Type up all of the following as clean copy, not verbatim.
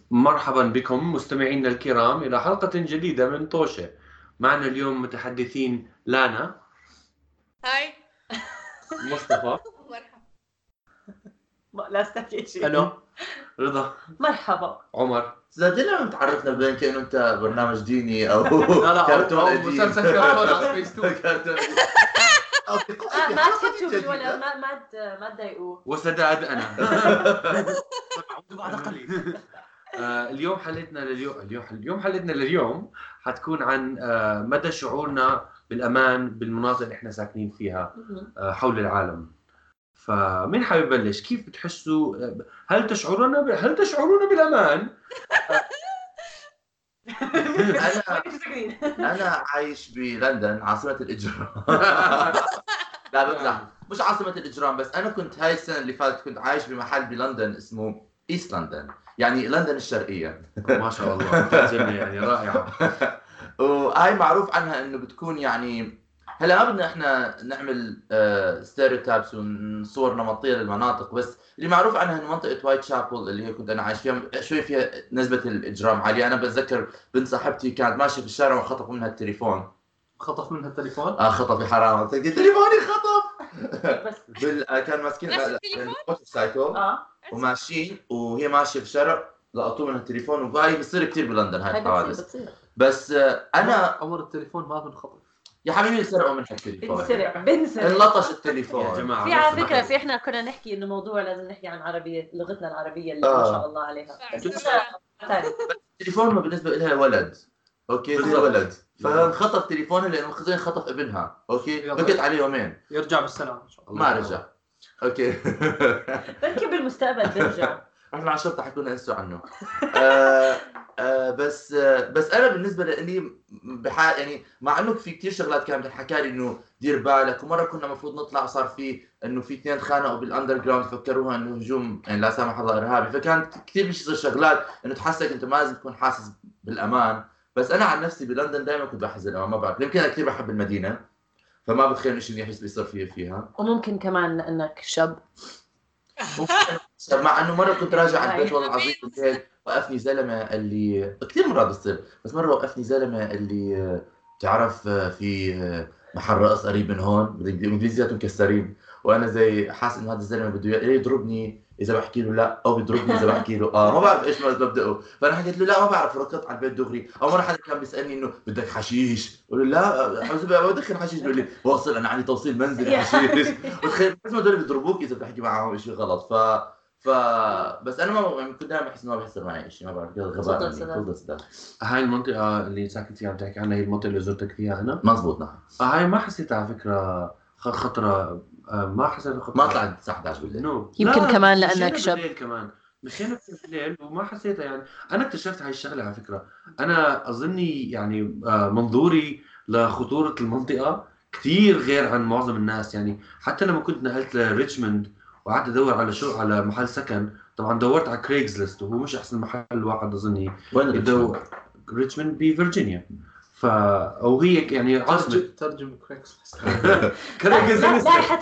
مرحبا بكم مستمعينا الكرام إلى حلقة جديدة من طوشة. معنا اليوم متحدثين لانا، هاي. مصطفى، مرحبا. لا استحكي شيء. الو رضا، مرحبا. عمر. زادنا تعرفنا بين كأنه انت برنامج ديني او لا كرتون أو قديم. مسلسل كرتون على سبيس تون. كرتون أو في ما حلقة تفتوا جديدة. بالولد، ما تضايقوه. وسداد أنا. بعد قليل. اليوم حلقتنا لليوم حتكون عن مدى شعورنا بالأمان بالمناطق اللي احنا ساكنين فيها حول العالم. فمين حابب يبلش؟ كيف بتحسوا؟ هل تشعرون بالأمان؟ انا عايش بلندن عاصمة الاجرام. لا بمزح، مش عاصمة الاجرام، بس انا كنت هاي السنة اللي فاتت كنت عايش بمحل بلندن اسمه ايست لندن، يعني لندن الشرقية. ما شاء الله، ترجمة يعني رائعة. وهاي معروف عنها انه بتكون يعني هلا ما بدنا احنا نعمل ستيريوتايبس ونصور نمطيه للمناطق، بس اللي معروف عنها انه منطقه وايت شابل اللي هي كنت انا عايش فيها شوي فيها نسبه الاجرام عاليه. انا بتذكر بنت صاحبتي كانت ماشيه في الشارع وخطفوا منها التليفون. خطف منها التليفون؟ خطف يا حرام، تلقي تليفوني خطف. بس كان ماسكين نفس التليفون؟ الموتور سايكل وماشيين وهي ماشيه في الشارع لقطوه منها التليفون. وهاي بتصير كثير بلندن هاي الحوادث. بتصير. بس انا عمر التليفون ما بنخطف يا حبيبي سرقوا منها التليفون، بنسرق. انلطش التليفون يا جماعة في على فكرة في احنا كنا نحكي انه موضوع لازم نحكي عن عربية، لغتنا العربية اللي ما شاء الله عليها. التليفون بالنسبه لها ولد، اوكي زي ولد، فانخطف تليفونها لانه زي خطف ابنها، اوكي بكت عليه يومين يرجع بالسلام ان شاء الله. ما رجع. اوكي بركي بالمستقبل بيرجع. احنا على الشرطه حكونا انسوا عنه. بس انا بالنسبه لي يعني مع انه في كثير شغلات كانت بتحكى لي انه دير بالك، ومره كنا المفروض نطلع وصار في انه في اثنين خانقوا بالاندر جراوند فكروها انه هجوم يعني لا سامح الله ارهابي، فكانت كثير بيصير شغلات انه تحسك انت ما لازم تكون حاسس بالامان. بس انا عن نفسي بلندن دائما كنت بحس بالامان، ما بعرف يمكن انا كثير بحب المدينه فما بتخيل شيء منيح بيصير فيها. وممكن كمان لانك شاب. مع انه مره كنت راجع على البيت والله العظيم بالليل وقفني زلمه اللي كثير مرات بتصير، بس مره وقفني زلمه اللي تعرف في محل رقص قريب من هون انجليزياتهم مكسرين، وانا زي حاسس انه هذا الزلمه بده يضربني اذا بحكي له لا او بيضربني اذا بحكي له ما بعرف ايش مبدئه. فانا حكيت له لا ما بعرف، ركضت على البيت دغري. او مره حدا كان بيسالني انه بدك حشيش، قلت له لا حسب بدخن حشيش، بيقول لي واصل انا عندي توصيل منزلي حشيش. بتخيل بس ما دول بيضربوك اذا بتحكي معهم شيء غلط. بس انا ما كنت دائما بحس انه ما بيحصل معي شيء، ما بعرف غباء مني. هاي المنطقة اللي ساكن فيها عم تحكي عنها هي المنطقة اللي زرتك فيها أنا؟ مزبوط نعم. هاي ما حسيت على فكرة خطرة، ما حسيت خطرة. ما طلعت الساعة 11 بالليل. يمكن كمان لأنك شاب. كمان مشينا بالليل وما حسيتها. يعني أنا اكتشفت هاي الشغلة على فكرة. أنا أظني يعني منظوري لخطورة المنطقة كثير غير عن معظم الناس. يعني حتى لما كنت نقلت لريتشموند وقعدت أدور على محل سكن، طبعا دورت على كريغز وهو مش أحسن محل واحد أظني. وين ريتشموند بفرجينيا. أو هي يعني عاصمة ترجم كريكس. لا حد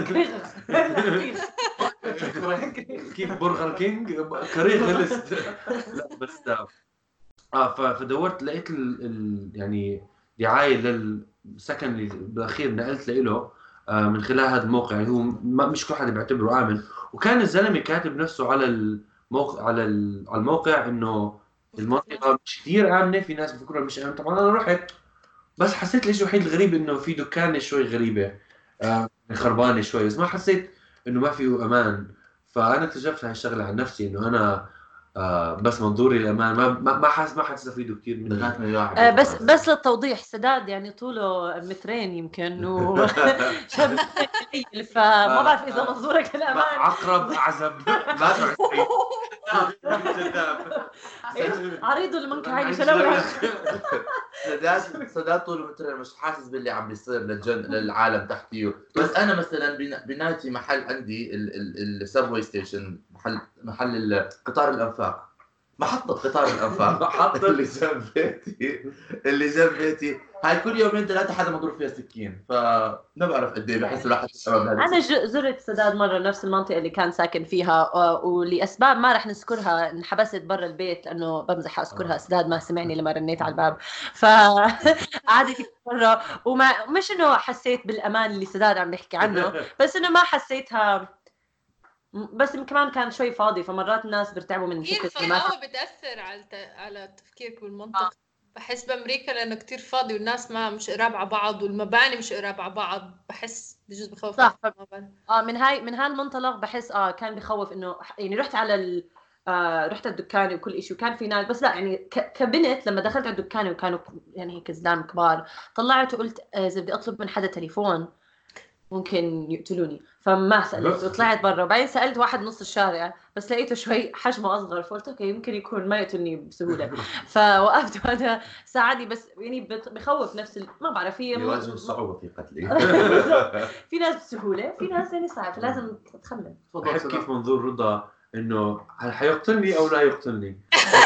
كيف برغر كينج كريغلست. لا بس فدورت لقيت يعني دعاية للسكن اللي بالأخير نقلت له من خلال هذا الموقع. هو مش كل حدا بيعتبره آمن، وكان الزلمة كاتب نفسه على الموقع على الموقع إنه المنطقة مش كثير آمنة، في ناس بفكروا مش آمنة. طبعا أنا رحت بس حسيت الشيء الوحيد الغريب إنه في دكانة شوي غريبة خربانة شوي، بس ما حسيت إنه ما فيه أمان. فأنا اكتشفت هاي الشغلة عن نفسي إنه أنا بس منظوري الأمان ما حتستفيدوا كثير منه. بس للتوضيح سداد يعني طوله مترين يمكن وشاب فما بعرف إذا منظورك الأمان عقرب أعزب ما عريض المنكعين سداد طوله مترين مش حاسس باللي عم بيصير للعالم تحتيه. بس أنا مثلا بنايتي محل عندي السبوي ستيشن، محل قطار الأنفاق محطة قطار الأنفاق محطة اللي جنب بيتي هاي كل يومين 3 حدا مضروب فيها سكين فما بعرف قد ايه بحس الواحد انا زرت سداد مره نفس المنطقه اللي كان ساكن فيها ولاسباب ما رح نذكرها انحبست برا البيت لانه بمزح اذكرها سداد ما سمعني لما رنيت على الباب فقعدت برا مش انه حسيت بالامان اللي سداد عم بيحكي عنه بس انه ما حسيتها بس كمان كان شوي فاضي فمرات الناس بيرتعبوا من فكرة الفضاوة بتأثر على تفكيرك بالمنطق. بحس بأمريكا لأنه كتير فاضي والناس ما مش قراب على بعض والمباني مش قراب على بعض بحس بجوز بخوف. صح. من هالمنطلق بحس كان بخوف انه يعني رحت على رحت الدكان وكل شيء وكان في ناس بس لا يعني كبنت لما دخلت على الدكان وكانوا يعني هيك زلام كبار طلعت وقلت اذا بدي اطلب من حدا تليفون ممكن يقتلوني فما سألت وطلعت برا وبعدين سألت واحد نص الشارع بس لقيته شوي حجمه أصغر فقلت أوكي يمكن يكون ما يقتلني بسهولة فوقفت وأنا ساعدني بس يعني بخوف نفس ما بعرف هي يواجه الصعوبة في قتلي في ناس بسهولة في ناس يعني صعب فلازم تتخلى. بحب كيف منظور رضا إنه هل حيقتلني أو لا يقتلني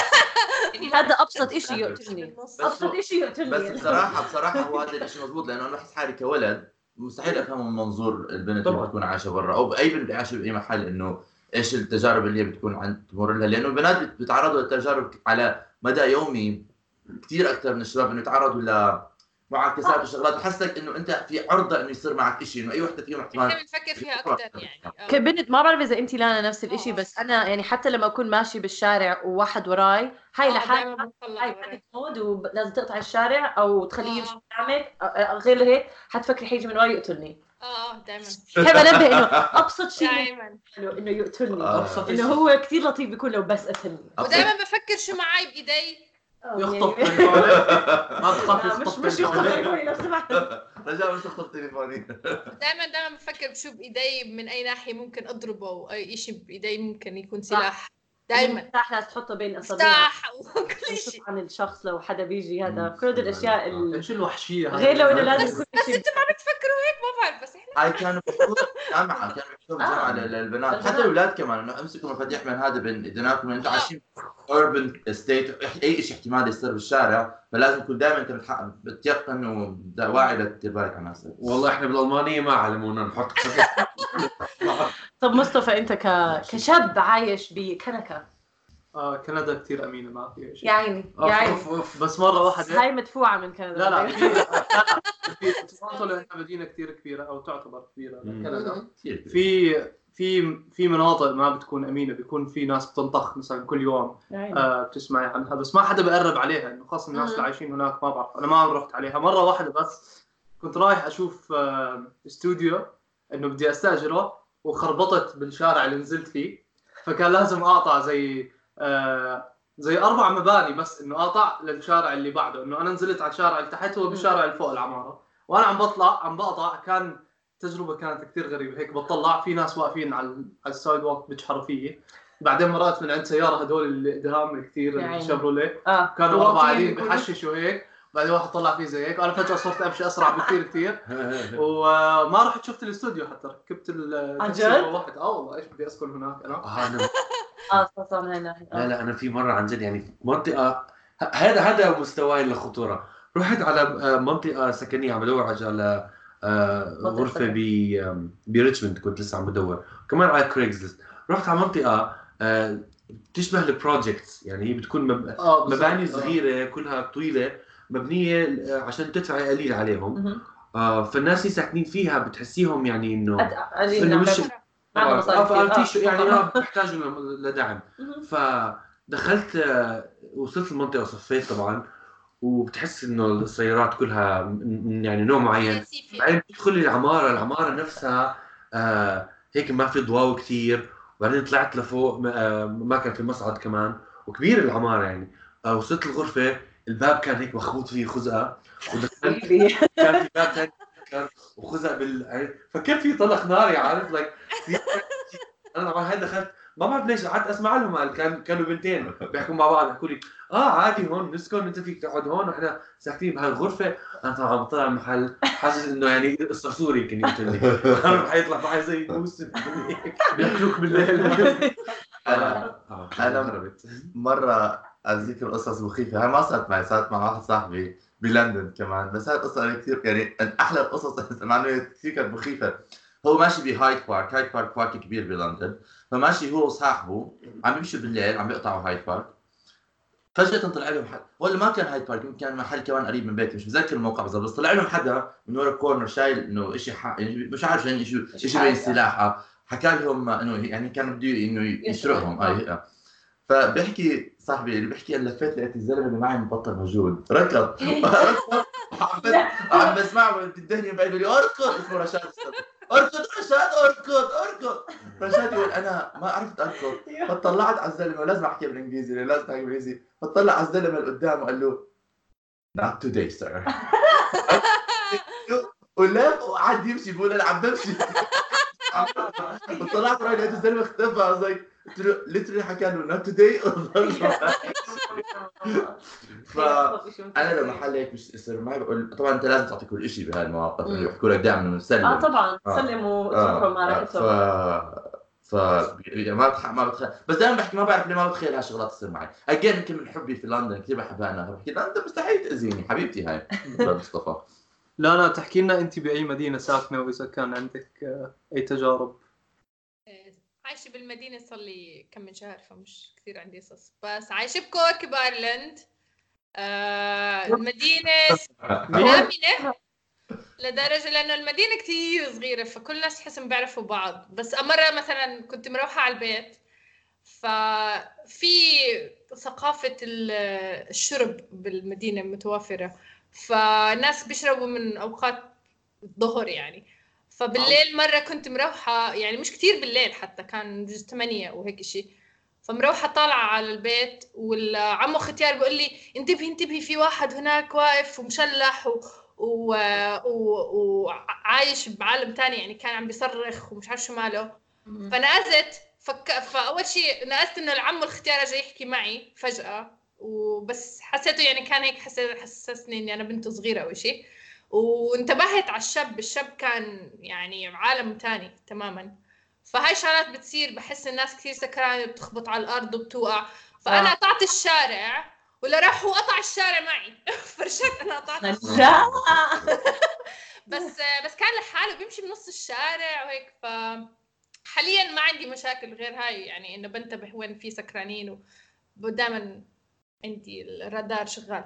هذا أبسط إشي يقتلني أبسط إشي يقتلني بس بصراحة هو هذا الإشي مزبوط لأنه أنا بحس حالي كولد مستحيل افهم من منظور البنت اللي بتكون عايشه برا او اي بنت عايشه باي محل انه ايش التجارب اللي هي بتكون عند تمر لها لانه البنات بيتعرضوا للتجارب على مدى يومي كثير اكثر من الشباب انه يتعرضوا لمعاكسات وشغلات بحسك انه انت في عرضه انه يصير معك شيء انه اي وحده فيهم احتمال بنفكر فيها اكثر يعني كبنت ما بعرف اذا انت لانا نفس الاشي بس انا يعني حتى لما اكون ماشي بالشارع وواحد وراي هاي لحالها هاي مود ولازم تقطع الشارع او تخليه يمشي قدامك غير هيك حتفكري حيجي من وراي يقتلني دائما بحب انبه انه ابسط شيء دائما انه يقتلني انه هو كثير لطيف بيكون لو بس قتلني ودائما بفكر شو معي بايدي يخطف ما تخافي مش يخطف لو سمحت رجاء مش تخطف تليفوني دائما بفكر بشو بايدي من اي ناحيه ممكن اضربه او اي شيء بايدي ممكن يكون سلاح دائما مفتاح لازم تحطه بين اصابعك مفتاح وكل شيء عن الشخص لو حدا بيجي هذا كل الاشياء ايش الوحشيه غير لو انه لازم يكون بس انتم ما بتفكروا هيك ما بعرف بس احنا هاي كانوا بيحكوا جامعه جامعه للبنات حتى الاولاد كمان انه امسكوا مفاتيح من هذا بين اذنكم انتم عايشين urban state اي شيء احتمال يصير بالشارع فلازم تكون دائما انت بتيقن وواعي لتدير بالك على نفسك. والله احنا بالالمانيه ما علمونا نحط طب مصطفى انت كشاب عايش بكندا كندا كثير امينه ما فيها شيء يا عيني يا عيني بس مره واحده هاي مدفوعه من كندا لا في تورونتو لانها مدينه كثير كبيره او تعتبر كبيره كندا في مناطق ما بتكون امينه بيكون في ناس بتنطخ مثلا كل يوم بتسمعي عنها بس ما حدا بيقرب عليها انه خاصه الناس اللي عايشين هناك ما بعرف انا ما رحت عليها مره واحده بس كنت رايح اشوف استوديو انه بدي استاجره وخربطت بالشارع اللي نزلت فيه فكان لازم اقطع زي 4 مباني بس انه اقطع للشارع اللي بعده انه انا نزلت على الشارع اللي تحت هو بالشارع اللي فوق العماره وانا عم بقطع كان تجربه كانت كثير غريبه هيك بطلع في ناس واقفين على السايد ووك بيجحروا فيي بعدين مرات من عند سياره هدول الادهام كثير شيفروليه كانوا 4 قاعدين بحششوا هيك بعدين واحد طلع فيه زي هيك وانا فجاه صرت امشي اسرع بكثير وما رحت شفت الاستوديو حتى ركبت التاكسي واحد والله ايش بدي اسكن هناك انا لا انا في مره عن جد يعني منطقه هذا مستواي للخطوره رحت على منطقه سكنيه عم بدور على غرفه بريتشموند كنت لسه عم بدور كمان على كريجزليست رحت على منطقه تشبه البروجكتس يعني هي بتكون مباني صغيره كلها طويله مبنيه عشان تدفعي قليل عليهم فالناس اللي ساكنين فيها بتحسيهم يعني انه مش يعني بيحتاجوا لدعم فدخلت وصلت المنطقه وصفيت طبعا وبتحس انه السيارات كلها يعني نوع معين بعدين تدخل العماره نفسها هيك ما في ضوء كثير وبعدين طلعت لفوق ما كان في مصعد كمان وكبير العماره يعني وصلت الغرفه الباب كان هيك مخبوط فيه خزقه ودخلت كان في باب ثاني وخزق فكان في طلق ناري عارف انا طبعا هيدا دخلت ما بعرف ليش قعدت اسمع لهم كانوا بنتين بيحكوا مع بعض بيحكوا لي عادي هون نسكن انت فيك تقعد هون ونحن ساكنين بهالغرفه انا طبعا بطلع المحل حاسس انه يعني الصرصور يمكن يقتلني انا حيطلع معي زي موس بياكلوك بالليل انا مره اذكر قصص مخيفه، هاي ما صارت معي، صارت مع واحد صاحبي بلندن كمان، بس هاي القصه كثير يعني من احلى القصص مع انه كثير كانت مخيفه. هو ماشي بهايد بارك، هايد بارك بارك كبير بلندن، فماشي هو وصاحبه عم يمشوا بالليل عم بيقطعوا هايد بارك، فجأة طلع لهم حد، ولا ما كان هايد بارك، كان محل كمان قريب من بيتي، مش متذكر الموقع بالضبط، بس طلع لهم حدا من ورا الكورنر شايل انه شيء يعني مش عارف يعني شيء بين السلاح، حكى لهم انه يعني كان بده انه يسرقهم. فبيحكي صاحبي اللي بيحكي انا لفيت لقيت الزلمه اللي معي مبطل موجود ركض عم بسمعه بالدهني بعيد بيقول لي اركض، اسمه رشاد، اركض رشاد. رشاد يقول انا ما عرفت اركض، فطلعت على الزلمه، ولازم احكي بالانجليزي لازم احكي بالانجليزي، فطلع على الزلمه اللي قدامه قال له not today sir ولف وقعد يمشي بيقول انا عم بمشي وطلعت راي لقيت الزلمه اختفى، قصدي قلت له ليترلي حكى له not today فانا لو محل هيك مش يصير معي بقول طبعا انت لازم تعطي كل شيء بهاي المواقف، انه يحكوا لك دائما انه سلم طبعا سلموا وتروحوا مع راحتهم. يعني ما بتخيل، بس دائما بحكي ما بعرف ليه ما بتخيل هالشغلات تصير معي. اجين يمكن من حبي في لندن كثير بحبها، انا بحكي انت مستحيل تاذيني حبيبتي هاي مصطفى. لا أنا تحكي لنا أنت بأي مدينة ساكنة وإذا كان عندك أي تجارب. عايشة بالمدينة صار لي كم من شهر فمش كثير عندي قصص، بس عايشة بكورك بأيرلند. المدينة آمنة لدرجة لأنه المدينة كثير صغيرة فكل الناس تحسهم بيعرفوا بعض. بس مرة مثلا كنت مروحة على البيت، ففي ثقافة الشرب بالمدينة متوافرة، فالناس بيشربوا من أوقات الظهر يعني. فبالليل مرة كنت مروحة يعني مش كتير بالليل، حتى كان 8 وهيك شيء، فمروحة طالعة على البيت والعمو ختيار بيقول لي انتبهي في واحد هناك واقف ومشلح وعايش بعالم تاني، يعني كان عم بيصرخ ومش عارف شو ماله. فنقزت فأول شيء نقزت إنه العمو الختيار جاي يحكي معي فجأة، وبس حسيته يعني كان هيك حسسني إني أنا بنت صغيرة أو شيء، وانتبهت على الشاب كان يعني عالم تاني تماما. فهاي شغلات بتصير، بحس الناس كثير سكرانة بتخبط على الأرض وبتوقع، فأنا قطعت الشارع ولا راح هو قطع الشارع معي فرشت أنا قطعت بس كان لحاله بيمشي بنص الشارع وهيك. حاليا ما عندي مشاكل غير هاي، يعني إنه بنتبه وين في سكرانين ودائما عندي الرادار شغال.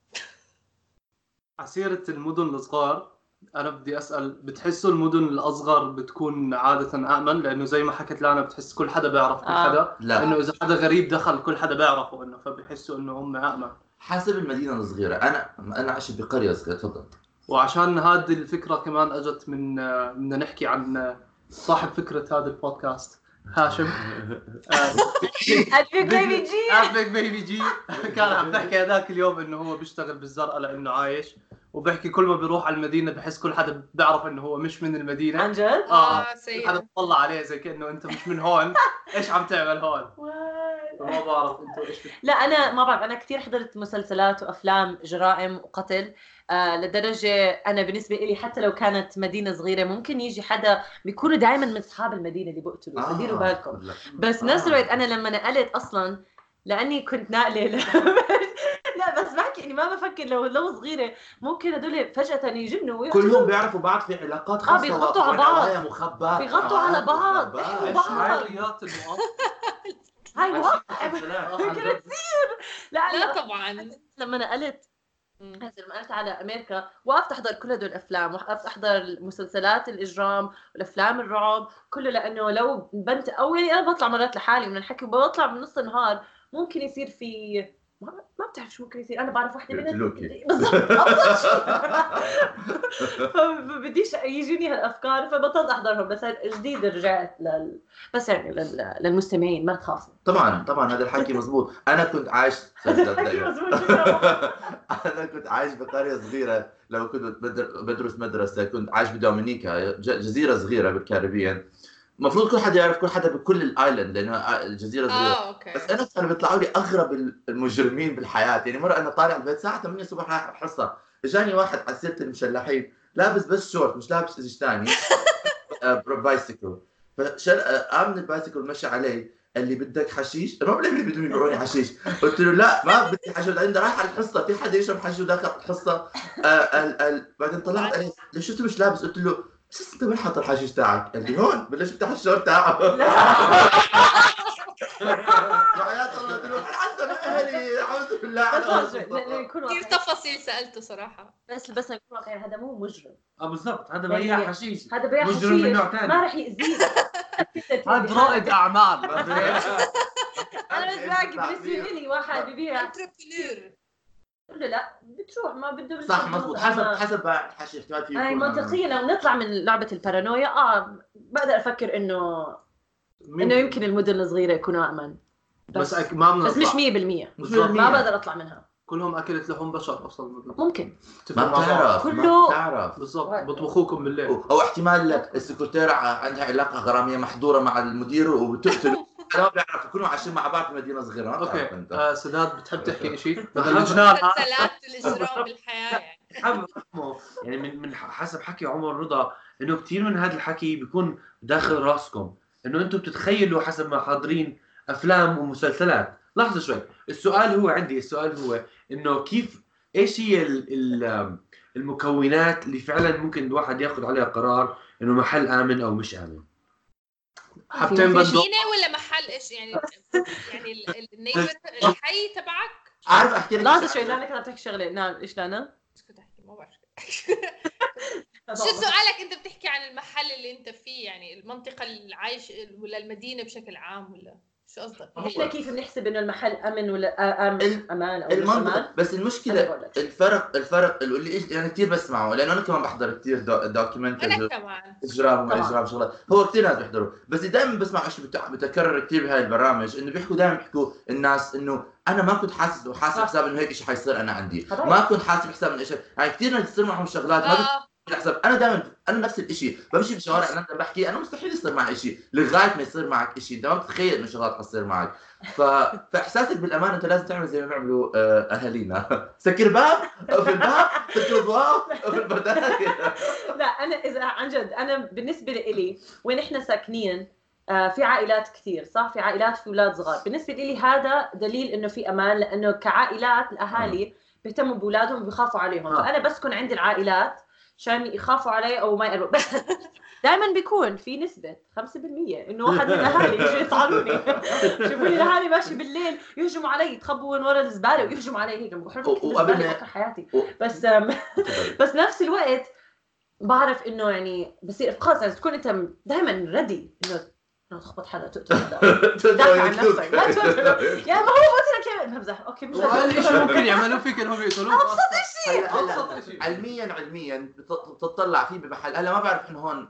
عسيرة المدن الصغار، أنا بدي أسأل، بتحسوا المدن الأصغر بتكون عادة أأمن؟ لأنه زي ما حكت لنا بتحس كل حدا بيعرف كل حدا، إنه إذا حدا غريب دخل كل حدا بيعرفه، إنه فبيحسوا إنه هم أأمن. حسب المدينة الصغيرة. أنا عايش بقرية صغيرة. تفضل. وعشان هذه الفكرة كمان أجت من بدنا نحكي عن صاحب فكرة هذا البودكاست هاشم. أبيك بيبي جي كان عم بحكي هذاك اليوم إنه هو بيشتغل بالزرقاء لأنه عايش، وبحكي كل ما بيروح على المدينة بحس كل حدا بيعرف إنه هو مش من المدينة. عن جد؟ حدا بيطلع عليه زي كأنه أنت مش من هون، إيش عم تعمل هون؟ ما بعرف أنتوا إيش. لا أنا ما بعرف، أنا كثير حضرت مسلسلات وأفلام جرائم وقتل، لدرجة أنا بالنسبة لي حتى لو كانت مدينة صغيرة ممكن يجي حدا بيكونوا دايما من أصحاب المدينة اللي بقتلوا، فديروا بالكم. بس نفس الوقت أنا لما نقلت أصلا لأني كنت ناقلة لا بس بحكي يعني ما بفكر لو صغيرة ممكن هدول فجأة يجنوا كلهم بيعرفوا بعض في علاقات خاصة، بيغطوا على بعض، مخبات، بيغطوا على بعض، بيحكوا بعض. هاي واقع كثير. لا طبعا لما نقلت على أمريكا وقفت أحضر كل هدول الأفلام، وقفت أحضر مسلسلات الإجرام والأفلام الرعب كله، لأنه لو بنت أو يعني أنا بطلع مرات لحالي من الحكي وبطلع بنص النهار ممكن يصير في ما بتعرف شو ممكن يصير. أنا بعرف واحدة منهم بالضبط فبديش يجيني هالأفكار فبطلت أحضرهم. بس جديد رجعت بس يعني للمستمعين ما تخافوا. طبعا هذا الحكي مزبوط. أنا كنت عايش أنا كنت عايش بقرية صغيرة لما كنت بدرس مدرسة، كنت عايش بدومينيكا، جزيرة صغيرة بالكاريبيان. المفروض كل حدا يعرف كل حدا بكل الايلاند لانه الجزيره صغيره. بس انا كانوا بيطلعوا لي اغرب المجرمين بالحياه. يعني مره انا طالع البيت الساعه 8 الصبح رايح الحصه، اجاني واحد على سيره المشلحين لابس بس شورت مش لابس شيء ثاني بايسيكل، قام من البايسيكل مشى علي قال لي بدك حشيش؟ انا ما بعرف ليه بدهم يبيعوني حشيش. قلت له لا ما بدي حشيش، بعدين رايح على الحصه في حدا يشرب حشيش وداخل الحصه. بعدين طلعت قال لي ليش انت مش لابس؟ قلت له بس انت وين حاط الحشيش تاعك؟ قال لي هون. بلش يفتح الشور تاعه. وحياة الله قلت له حسب اهلي الحمد لله. كيف تفاصيل سالته صراحه. بس نكون واقعيين، هذا مو مجرم. بالضبط، هذا بياع حشيش، هذا بياع مجرم من نوع حشيش ثاني. ما راح يأذيك. هذا رائد اعمال. انا بتلاقي بالنسبه لي واحد ببيع انتربرنور لا بتروح ما بده صح مضبوط. حسب بقى الحشي احتمال فيه يكون منطقيا. لو نطلع من لعبه البارانويا بقدر افكر انه يمكن المدن الصغيره يكونوا امن، بس ما بس مش 100%. ما بقدر اطلع منها. كلهم اكلت لهم بشر اصلا. ممكن ما بتعرف كله بالضبط بطبخوكم بالليل. او احتمال السكرتيرة عندها علاقه غراميه محظوره مع المدير وبتقتل. ما بيعرف يكونوا عايشين مع بعض في مدينه صغيره. ما بتعرف انت. سداد بتحب تحكي شيء بدل الجنان سلامة الاجرام بالحياه حابب يعني من حسب حكي عمر رضا انه كثير من هذا الحكي بيكون داخل راسكم، انه انتم بتتخيلوا حسب ما حاضرين افلام ومسلسلات. لحظه شوي، السؤال هو انه كيف ايش هي المكونات اللي فعلا ممكن الواحد ياخذ عليها قرار انه محل امن او مش امن؟ حبتين بندق ولا محل ايش يعني النيبر الحي تبعك؟ عارف احكي لك لحظه شوي. لا كنت احكي شغله. نعم ايش لانا؟ ايش كنت احكي؟ ما بعرف. شو سؤالك؟ انت بتحكي عن المحل اللي انت فيه، يعني المنطقه اللي عايش ولا المدينه بشكل عام ولا شو قصدك؟ احنا كيف بنحسب انه المحل امن ولا امان او مش امان؟ بس المشكله الفرق اللي يعني كثير بسمعه، لانه انا كمان بحضر كثير دوكيومنتري انا كمان اجرام شغلات. هو كثير ناس بيحضروا، بس دائما بسمع شيء بتكرر كثير بهاي البرامج، انه بيحكوا الناس انه انا ما كنت حاسس حساب انه هيك شيء حيصير انا عندي. ما كنت حاسب حساب انه شيء. يعني كثير ناس بتصير معهم شغلات ما حسب. انا دائما نفس الشيء بمشي بالشوارع انا بحكي انا مستحيل يصير معي شيء لغايه ما يصير معك شيء انت ما بتتخيل انه شغلات حتصير معك. فاحساسك بالامان انت لازم تعمل زي ما بيعملوا اهالينا، سكر باب في الباب، سكر ابواب في البدايه. لا انا اذا عن جد انا بالنسبه لي وين احنا ساكنين في عائلات كثير صح، في عائلات في اولاد صغار. بالنسبه لي هذا دليل انه في امان، لانه كعائلات الاهالي بيهتموا باولادهم وبيخافوا عليهم. فانا بسكن عند العائلات عشان يخافوا علي او ما يقربوا. بس دائما بيكون في نسبه 5% انه واحد من الاهالي يجي يطعنوني. شوفوا لي الاهالي ماشي بالليل يهجموا علي، يتخبوا من ورا الزباله ويهجموا علي هيك وقبل حياتي. بس نفس الوقت بعرف انه يعني بصير خلص لازم تكون انت دائما ردي انه تخبط حدا تقتل دافع عن نفسك. لا تقتل يا ما هو قلت لك بمزح. اوكي مش ممكن يعملوا فيك انهم يقتلوك. ابسط شيء علميا بتطلع فيه بمحل. هلا ما بعرف انه هون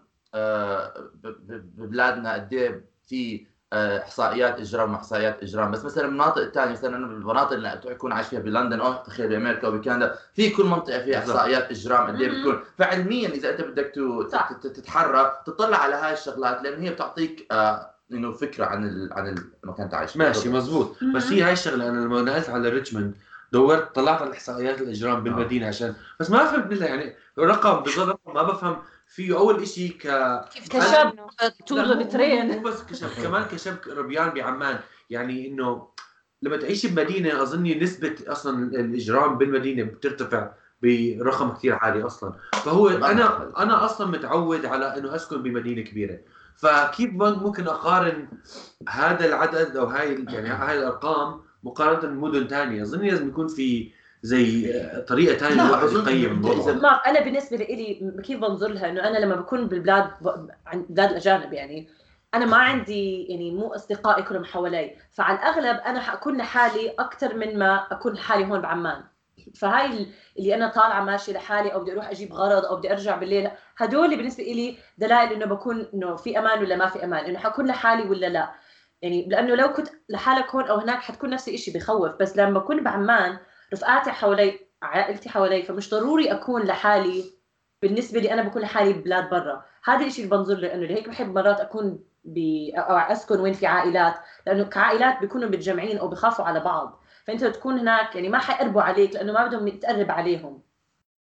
ببلادنا قد ايه في احصائيات اجرام واحصائيات اجرام، بس مثلا المناطق الثانيه مثلا انا بالمناطق اللي بتكون عايش فيها بلندن او تخيل بامريكا وبكندا في كل منطقه فيها احصائيات اجرام قد ايه بتكون. فعلميا اذا انت بدك تتحرى تطلع على هاي الشغلات لان هي بتعطيك انه فكره عن المكان اللي عايش. ماشي مزبوط. بس هي هاي الشغله انا لما نقلت على ريتشموند دورت طلعت على احصائيات الاجرام بالمدينه عشان بس ما فهمت بالله يعني رقم بالضبط ما بفهم فيه. اول شيء كشاب طول مترين مو بس كشاب كمان كشاب ربيان بعمان. يعني انه لما تعيش بمدينه اظني نسبه اصلا الاجرام بالمدينه بترتفع برقم كثير عالي اصلا. فهو انا اصلا متعود على انه اسكن بمدينه كبيره، فكيف ممكن اقارن هذا العدد او هاي يعني هاي الارقام مقارنه بمدن ثانيه؟ اظن لازم يكون في زي طريقه ثانيه الواحد يقيم الموضوع. انا بالنسبه لي كيف بنظر لها انه انا لما بكون بالبلاد عند بلاد الاجانب يعني انا ما عندي يعني مو اصدقائي كلهم حوالي، فعلى الاغلب انا حكون لحالي اكثر من ما اكون لحالي هون بعمان. فهاي اللي انا طالعه ماشي لحالي او بدي اروح اجيب غرض او بدي ارجع بالليل، هدول بالنسبه لي دلائل انه بكون انه في امان ولا ما في امان، انه حكون لحالي ولا لا. يعني لانه لو كنت لحالك هون او هناك حتكون نفس الشيء بخوف. بس لما بكون بعمان رفقاتي حوالي عائلتي حوالي فمش ضروري اكون لحالي. بالنسبه لي انا بكون لحالي ببلاد برا. هذا الشيء اللي بنظر له انه لهيك بحب مرات اكون او اسكن وين في عائلات، لانه كعائلات بيكونوا متجمعين او بخافوا على بعض. فانت تكون هناك يعني ما حيقربوا عليك لانه ما بدهم تقرب عليهم.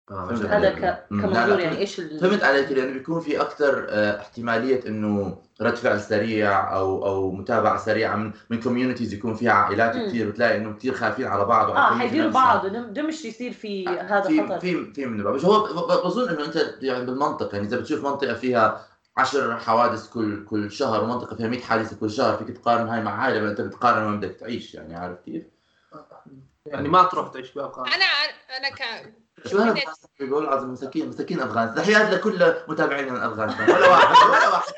هذا كمنظور يعني ايش فهمت عليك، لانه بيكون في اكثر احتماليه انه رد فعل سريع او متابعه سريعه من كوميونيتيز يكون فيها عائلات كثير، بتلاقي انه كثير خايفين على بعض حيديروا بعض ده مش يصير في هذا خطر في من بس هو بظن انه انت يعني بالمنطق، يعني اذا بتشوف منطقه فيها 10 حوادث كل شهر ومنطقه فيها 100 حادثه كل شهر، فيك تقارن هاي مع هاي لما انت بتقارن وين بدك تعيش، يعني عارف كيف؟ يعني ما تروح تعيش بأفغانستان. انا شو هذا بيقول عظيم مساكين افغانستان. تحيات لكل متابعينا من افغانستان، ولا واحد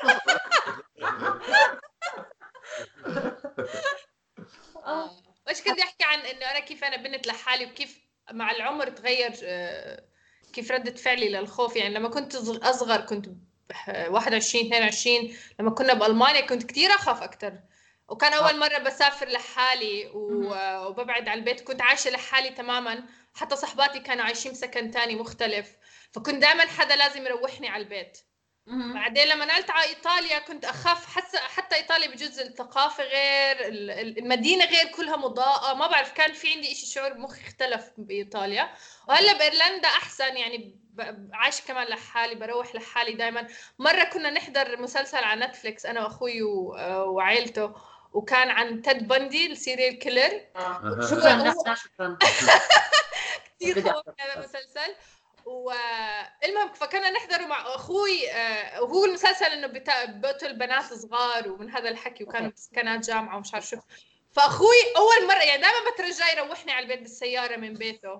ايش كنت احكي عن انه انا كيف انا بنت لحالي وكيف مع العمر تغير كيف ردة فعلي للخوف. يعني لما كنت اصغر كنت 21 22 لما كنا بالمانيا كنت كثير اخاف اكثر، وكان اول مره بسافر لحالي وببعد عن البيت، كنت عايشه لحالي تماما، حتى صحباتي كانوا عايشين بسكن تاني مختلف، فكنت دائما حدا لازم يروحني على البيت. بعدين لما نقلت على ايطاليا كنت اخاف، حتى ايطاليا بجوز الثقافه غير، المدينه غير، كلها مضاءه، ما بعرف، كان في عندي إشي شعور مخي اختلف بايطاليا. وهلا بايرلندا احسن، يعني عايش كمان لحالي، بروح لحالي دائما. مره كنا نحضر مسلسل على نتفليكس انا واخوي وعائلته، وكان عن تيد بندي السيريال كيلر. شكرا كثير خوفني هذا المسلسل. والمهم فكنا نحضره مع اخوي، وهو المسلسل انه بقتل بنات صغار ومن هذا الحكي، وكانوا بسكنات جامعه ومش عارف شو. فاخوي اول مره يعني دائما بترجاه يروحني على البيت بالسياره من بيته.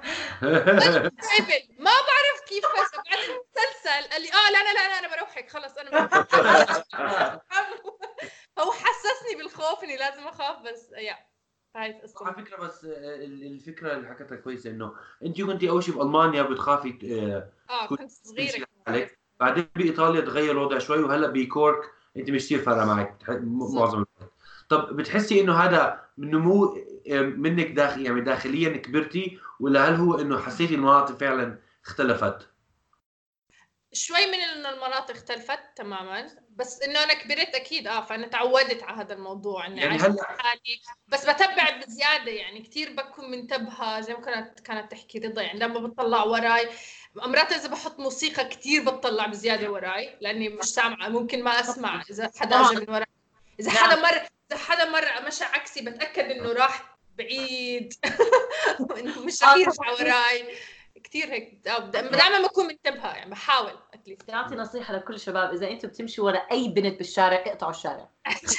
ما بعرف كيف فجأة بعد المسلسل قال لي لا انا بروحك خلص انا هو حسسني بالخوف اني لازم اخاف، بس هاي القصه على فكره. بس الفكره اللي حكيتها كويسه، انه انت كنتي اول شيء بالمانيا بتخافي كنت صغيره عليك، بعدين بايطاليا تغير الوضع شوي، وهلا بكورك انت مش كثير فارقه معك معظم الوقت. طب بتحسي انه هذا نمو منك يعني داخليا كبرتي، ولا هل هو انه حسيتي المناطق فعلا اختلفت؟ شوي من انه المناطق اختلفت تماما، بس انه انا كبرت اكيد فانا تعودت على هذا الموضوع اني يعني عايشه حالي، بس بتبع بزياده، يعني كثير بكون منتبهه زي ما كانت تحكي رضا. يعني لما بتطلع وراي مرات اذا بحط موسيقى كثير بتطلع بزياده وراي لاني مش سامعه، ممكن ما اسمع اذا حدا اجى من وراي، اذا حدا مر مشى عكسي بتاكد انه راح بعيد انه مش رح يرجع وراي. كثير هيك دائما بكون منتبهه، يعني بحاول اتليست. بدي اعطي نصيحه لكل الشباب، اذا انتم بتمشوا ورا اي بنت بالشارع اقطعوا الشارع.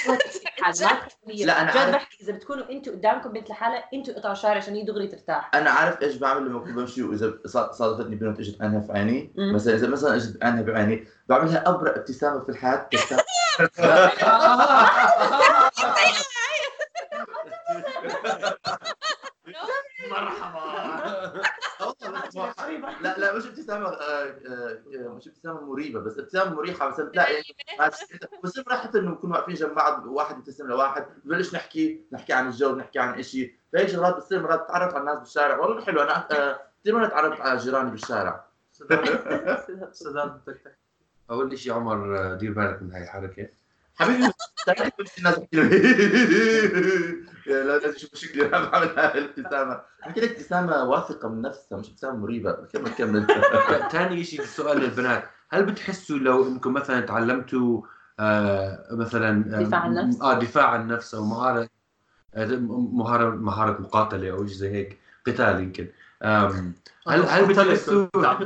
لا انا بحكي اذا بتكونوا انتم قدامكم بنت لحالها انتم اقطعوا الشارع عشان هي دغري ترتاح. انا عارف ايش بعمل لما بكون بمشي واذا صادفتني بنت اجت عينها في عيني، مثلا اذا اجت عينها بعيني بعملها ابرأ ابتسامه في الحياه. مرحبا. لا مش ابتسامه مش ابتسامه مريبه، بس ابتسامه مريحه. بس لا يعني بس راحت انه نكون واقفين جنب بعض، واحد مبتسم لواحد، ببلش نحكي عن الجو، نحكي عن شيء. فهي شغلات بتصير مرات تتعرف على الناس بالشارع. والله حلو. انا كثير مرات تعرفت على جيراني بالشارع. سداد بدك تحكي اول شيء عمر دير بالك من هاي الحركه حبيبي. تعرف الناس تحكي له يا لا لازم تشوف شكلي انا بعمل هاي الابتسامه. حكي لك ابتسامه واثقه من نفسها، مش ابتسامه مريبه. كمل. ثاني شيء السؤال للبنات، هل بتحسوا لو انكم مثلا تعلمتوا مثلا دفاع عن النفس او مهاره مقاتله او شيء زي هيك، قتال يمكن، هل بتحسوا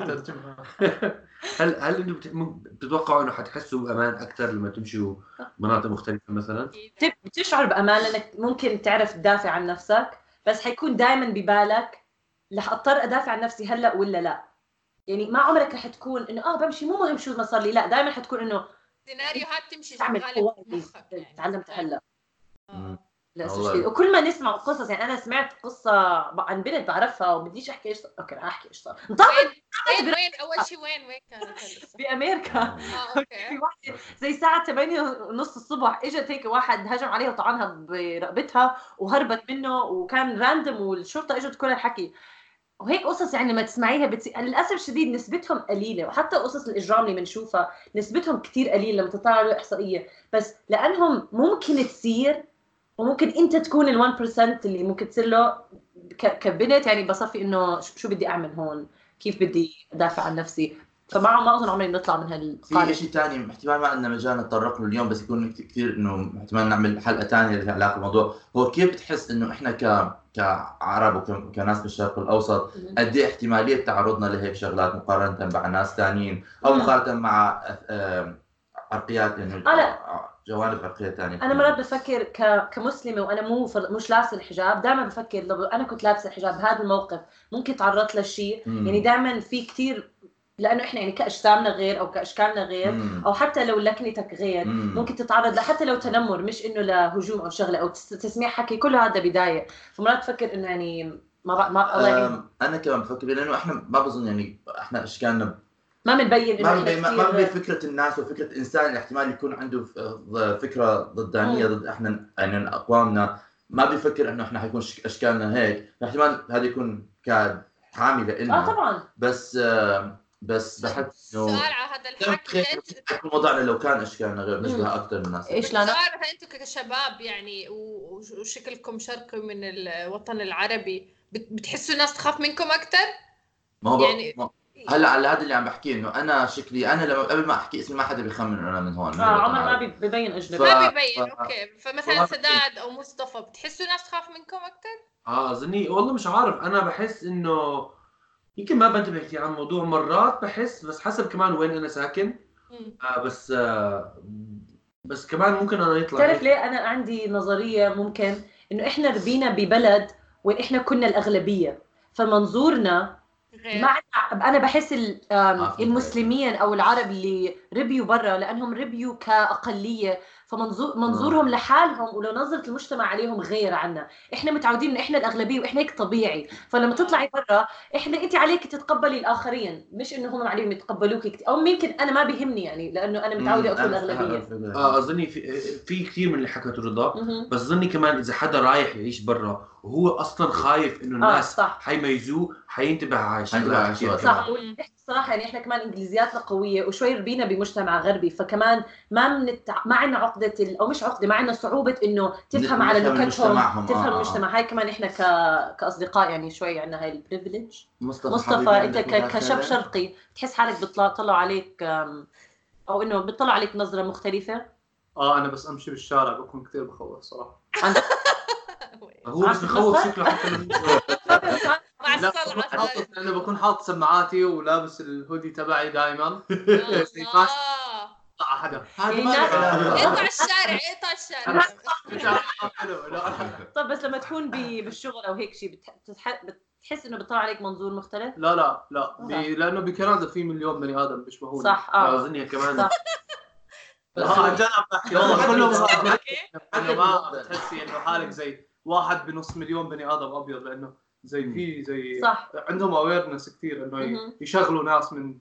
هل انتم بتتوقعوا انه حتحسوا بامان اكثر لما تمشوا مناطق مختلفه مثلا؟ بتشعر بامان لانك ممكن تعرف تدافع عن نفسك، بس حيكون دائما ببالك رح اضطر ادافع عن نفسي هلا ولا لا. يعني ما عمرك رح تكون انه بمشي مو مهم شو ما صار لي، لا دائما حتكون انه سيناريوهات تمشي شغاله بمخك. يعني تعلمت هلا لا وكل ما نسمع قصص. يعني انا سمعت قصه عن بنت بعرفها وبديش احكي ايش اوكي احكي ايش صار. وين اول شيء وين كانت بامريكا. اوكي في واحده زي الساعه 8:30 الصبح اجت هيك واحد هجم عليها وطعنها برقبتها وهربت منه، وكان راندم والشرطه اجت كل الحكي وهيك قصص. يعني لما تسمعيها للاسف الشديد نسبتهم قليله، وحتى قصص الاجرام اللي بنشوفها نسبتهم كتير قليله لما تطلع له احصائيه، بس لانهم ممكن تصير وممكن انت تكون ال1% اللي ممكن تصير له كبنت. يعني بصفي انه شو بدي اعمل هون، كيف بدي ادافع عن نفسي. فما اظن عمري نطلع من في شيء ثاني احتمال ما عندنا مجال نتطرق له اليوم، بس يكون كثير انه احتمال نعمل حلقه ثانيه لها علاقه بالموضوع. هو كيف بتحس انه احنا كعرب وكناس بالشرق الاوسط قد ايه احتماليه تعرضنا لهيك شغلات مقارنه مع ناس ثانيين او مقارنه مع عرقيات يعني جوانب عرقيه ثانيه؟ انا مرات بفكر كمسلمه وانا مش لابسه الحجاب، دائما بفكر لو انا كنت لابسه الحجاب بهذا الموقف ممكن تعرضت لشيء. يعني دائما في كثير، لانه احنا يعني كاجسامنا غير او كاشكالنا غير او حتى لو لكنتك غير ممكن تتعرض حتى لو تنمر، مش انه لهجوم او شغله او تسميع حكي، كله هذا بدايه. فمرات بفكر انه يعني ما الله يعين. انا كمان بفكر لانه احنا ما بظن يعني احنا اشكالنا ما بنبين انه ما بنبين فكره الناس وفكره انسان احتمال يكون عنده فكره ضدانيه ضد احنا يعني اقوامنا، ما بيفكر انه احنا حيكون اشكالنا هيك. احتمال هذا يكون كحامله لنا طبعا. بس بحس انه السؤال على هذا الحكي وضعنا لو كان اشكالنا غير نشبه اكثر من الناس. ايش لنا السؤال انتم كشباب يعني وشكلكم شرقي من الوطن العربي، بتحسوا الناس تخاف منكم اكثر؟ ما هو يعني هلا على هذا اللي عم بحكيه انه انا شكلي انا لما قبل ما احكي اسمي ما حدا بيخمن انه انا من هون. عمر ما ببين اجنبي ما ببين. اوكي فمثلا سداد او مصطفى بتحسوا الناس تخاف منكم اكثر؟ اظني والله مش عارف. انا بحس انه يمكن ما بنتبه كثير عن الموضوع، مرات بحس بس حسب كمان وين انا ساكن. بس كمان ممكن انا يطلع. تعرف ليه انا عندي نظريه؟ ممكن انه احنا ربينا ببلد وين احنا كنا الاغلبيه، فمنظورنا ما انا بحس المسلمين او العرب اللي ربيوا برا لانهم ربيوا كاقليه، فمنظورهم لحالهم ولو نظره المجتمع عليهم غير عنا. احنا متعودين ان احنا الاغلبيه واحنا هيك طبيعي، فلما تطلعي برا انت عليك تتقبلي الاخرين، مش انه هم عليهم يتقبلوك او يمكن انا ما بيهمني يعني لانه انا متعوده اكون الاغلبيه. اظني في كثير من اللي حكته رضا، بس اظني كمان اذا حدا رايح يعيش برا وهو اصلا خايف انه الناس حيميزوه حينتبه على شيء. صح. صراحه يعني احنا كمان انجليزياتنا قويه وشوي ربينا بمجتمع غربي، فكمان ما عندنا عقده او مش عقده، ما عندنا صعوبه انه تفهم على نكتهم، تفهم المجتمع. هاي كمان احنا كاصدقاء يعني شوي عندنا هاي البريفليج. مصطفى انت كشاب شرقي تحس حالك بيطلعوا عليك او انه بيطلعوا عليك نظره مختلفه؟ انا بس امشي بالشارع بكون كثير بخوف صراحه. هو بس بخوف شكله حتى مع الصلاة. انا بكون حاطط سماعاتي ولابس الهودي تبعي دائما. حدا اقطع الشارع. طب بس لما تكون بالشغل او هيك شيء بتحس انه بيطلع عليك منظور مختلف؟ لا لانه بكندا في مليون بني ادم بيشبهوني. صح. اظن كمان جد عم بحكي والله كله ما بتحسي انه حالك زي 1.5 مليون بني ادم ابيض، لانه زي صح. عندهم اويرنس كثير انه يشغلوا ناس من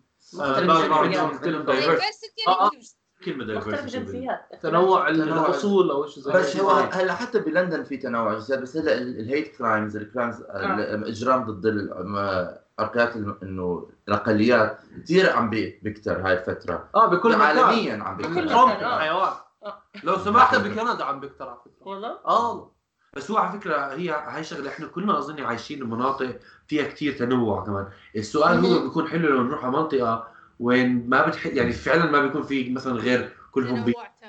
كلمة دايفرسيتي، تنوع الاصول او شيء زي كذا. بس هو هلا حتى بلندن في تنوع جنسيات، بس هلا الهيت كرايمز الاجرام ضد العرقيات انه الاقليات كثير عم بيكتر هاي الفتره. بكل عالميا عم بيكتر. حيوان لو سمحت بكندا عم بيكتر على فكره والله. بس هو على فكره هاي شغله احنا كلنا اظن عايشين بمناطق فيها كثير تنوع كمان. السؤال هو بيكون حلو لو نروح على منطقه وين ما يعني فعلا ما بيكون في مثلا غير كلهم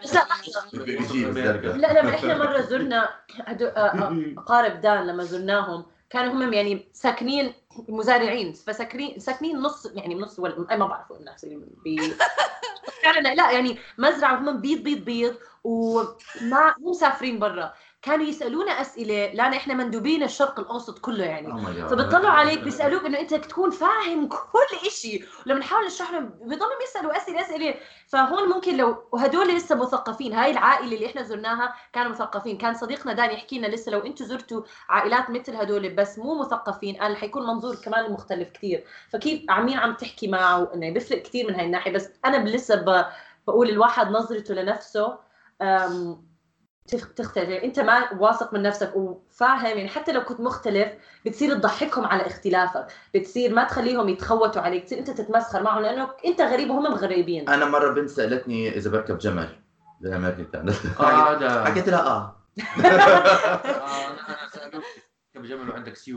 لا احنا مره زرنا اقارب دان، لما زرناهم كانوا هم يعني ساكنين مزارعين، ساكنين نص ما بعرفوا الناس اللي فعلا لا يعني مزرعه وهم بيض وما مو مسافرين برا. كانوا يسالونا اسئله لان احنا مندوبين الشرق الاوسط كله يعني فبيطلعوا عليك بيسالوك انه انت تكون فاهم كل شيء، ولما نحاول نشرح لهم بيضلوا يسالوا اسئله. فهون ممكن لو وهدول لسه مثقفين، هاي العائله اللي احنا زرناها كانوا مثقفين. كان صديقنا داني يحكي لنا لسه لو انتم زرتوا عائلات مثل هدول بس مو مثقفين قال حيكون منظور كمان مختلف كثير. فكيف عم تحكي معه انه بيفرق كثير من هاي الناحيه. بس انا لسه بقول الواحد نظرته لنفسه تختلف. يعني انت ما واثق من نفسك وفاهم يعني حتى لو كنت مختلف بتصير تضحكهم على اختلافك، بتصير ما تخليهم يتخوتوا عليك، تصير انت تتمسخر معهم لانه انت غريب وهم غريبين. انا مره بنت سالتني اذا بركب جمل بالامريكا كانت حكيت لها انا سالوك بركب جمل وعندك سيوف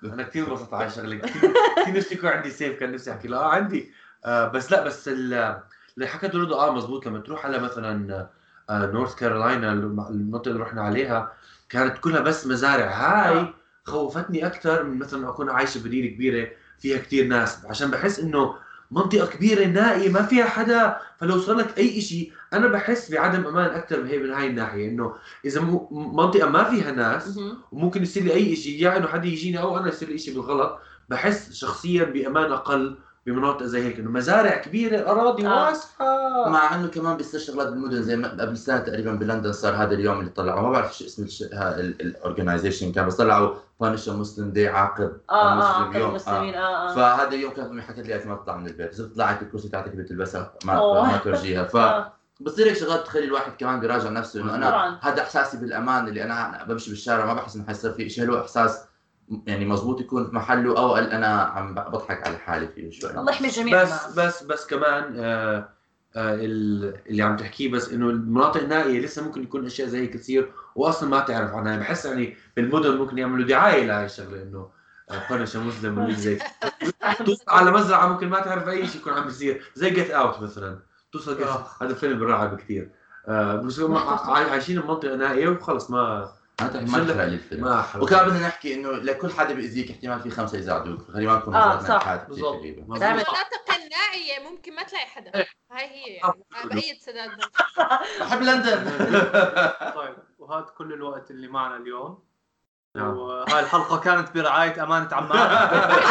انا كثير انبسطت على الشغله كثير نفسي يكون عندي سيف كان نفسي احكي لا عندي بس لا بس اللي حكيته رضا مزبوط لما تروح على مثلا نورث كارولاينا المنطقه اللي رحنا عليها كانت كلها بس مزارع هاي خوفتني اكثر من مثلا اكون عايشه بمدينه كبيره فيها كثير ناس عشان بحس انه منطقه كبيره نائيه ما فيها حدا فلو صار لك اي شيء انا بحس بعدم امان اكثر من هاي الناحيه انه اذا منطقه ما فيها ناس وممكن يصير لي اي شيء يا انه حدا يجيني او انا يصير لي شيء بالغلط بحس شخصيا بامان اقل بمناطق زي هيك انه مزارع كبيره اراضي واسعه مع انه كمان بيصير شغلات بالمدن زي قبل سنه تقريبا بلندن صار هذا اليوم اللي طلعوا ما بعرف شو اسم الاورجنايزيشن كان بس طلعوا بانش مسلم داي عاقب المسلمين فهذا اليوم كانت امي حكت لي ما تطلع من البيت اذا طلعت الكرسي تاعتك بتلبسها ما تورجيها بصير هيك شغلات تخلي الواحد كمان بيراجع نفسه انه انا هذا احساسي بالامان اللي انا بمشي بالشارع ما بحس انه حيصير في شيء هو احساس يعني مزبوط يكون في محله او انا عم بضحك على حالي فيه شوي الله يحمي الجميع بس كمان اللي عم تحكيه بس انه المناطق النائيه لسه ممكن يكون اشياء زي هيك تصير واصلا ما تعرف عنها بحس يعني بالمدن ممكن يعملوا دعايه لهي الشغله انه بانش مسلم ولا زي توصل على مزرعه ممكن ما تعرف اي شيء يكون عم بيصير زي جيت اوت مثلا توصل هذا الفيلم بالرعب كثير عايشين بمنطقه نائيه وخلص ما تحرق لي الفيلم وكان بدنا نحكي انه لكل حدا بيأذيك احتمال في 5 يساعدوك خلينا ما نكون صح المناطق النائية ممكن ما تلاقي حدا هاي هي يعني بقية سداد بحب لندن طيب وهذا كل الوقت اللي معنا اليوم وهاي الحلقة كانت برعاية أمانة عمان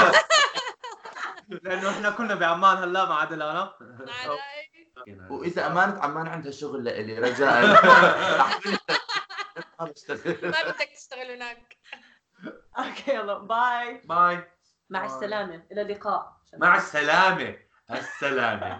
لأنه إحنا كنا بعمان هلا ما عدا أنا وإذا أمانة عمان عندها شغل اللي رجاء ما بدك تشتغل هناك. اوكي يلا باي باي مع السلامة إلى اللقاء مع السلامة السلامة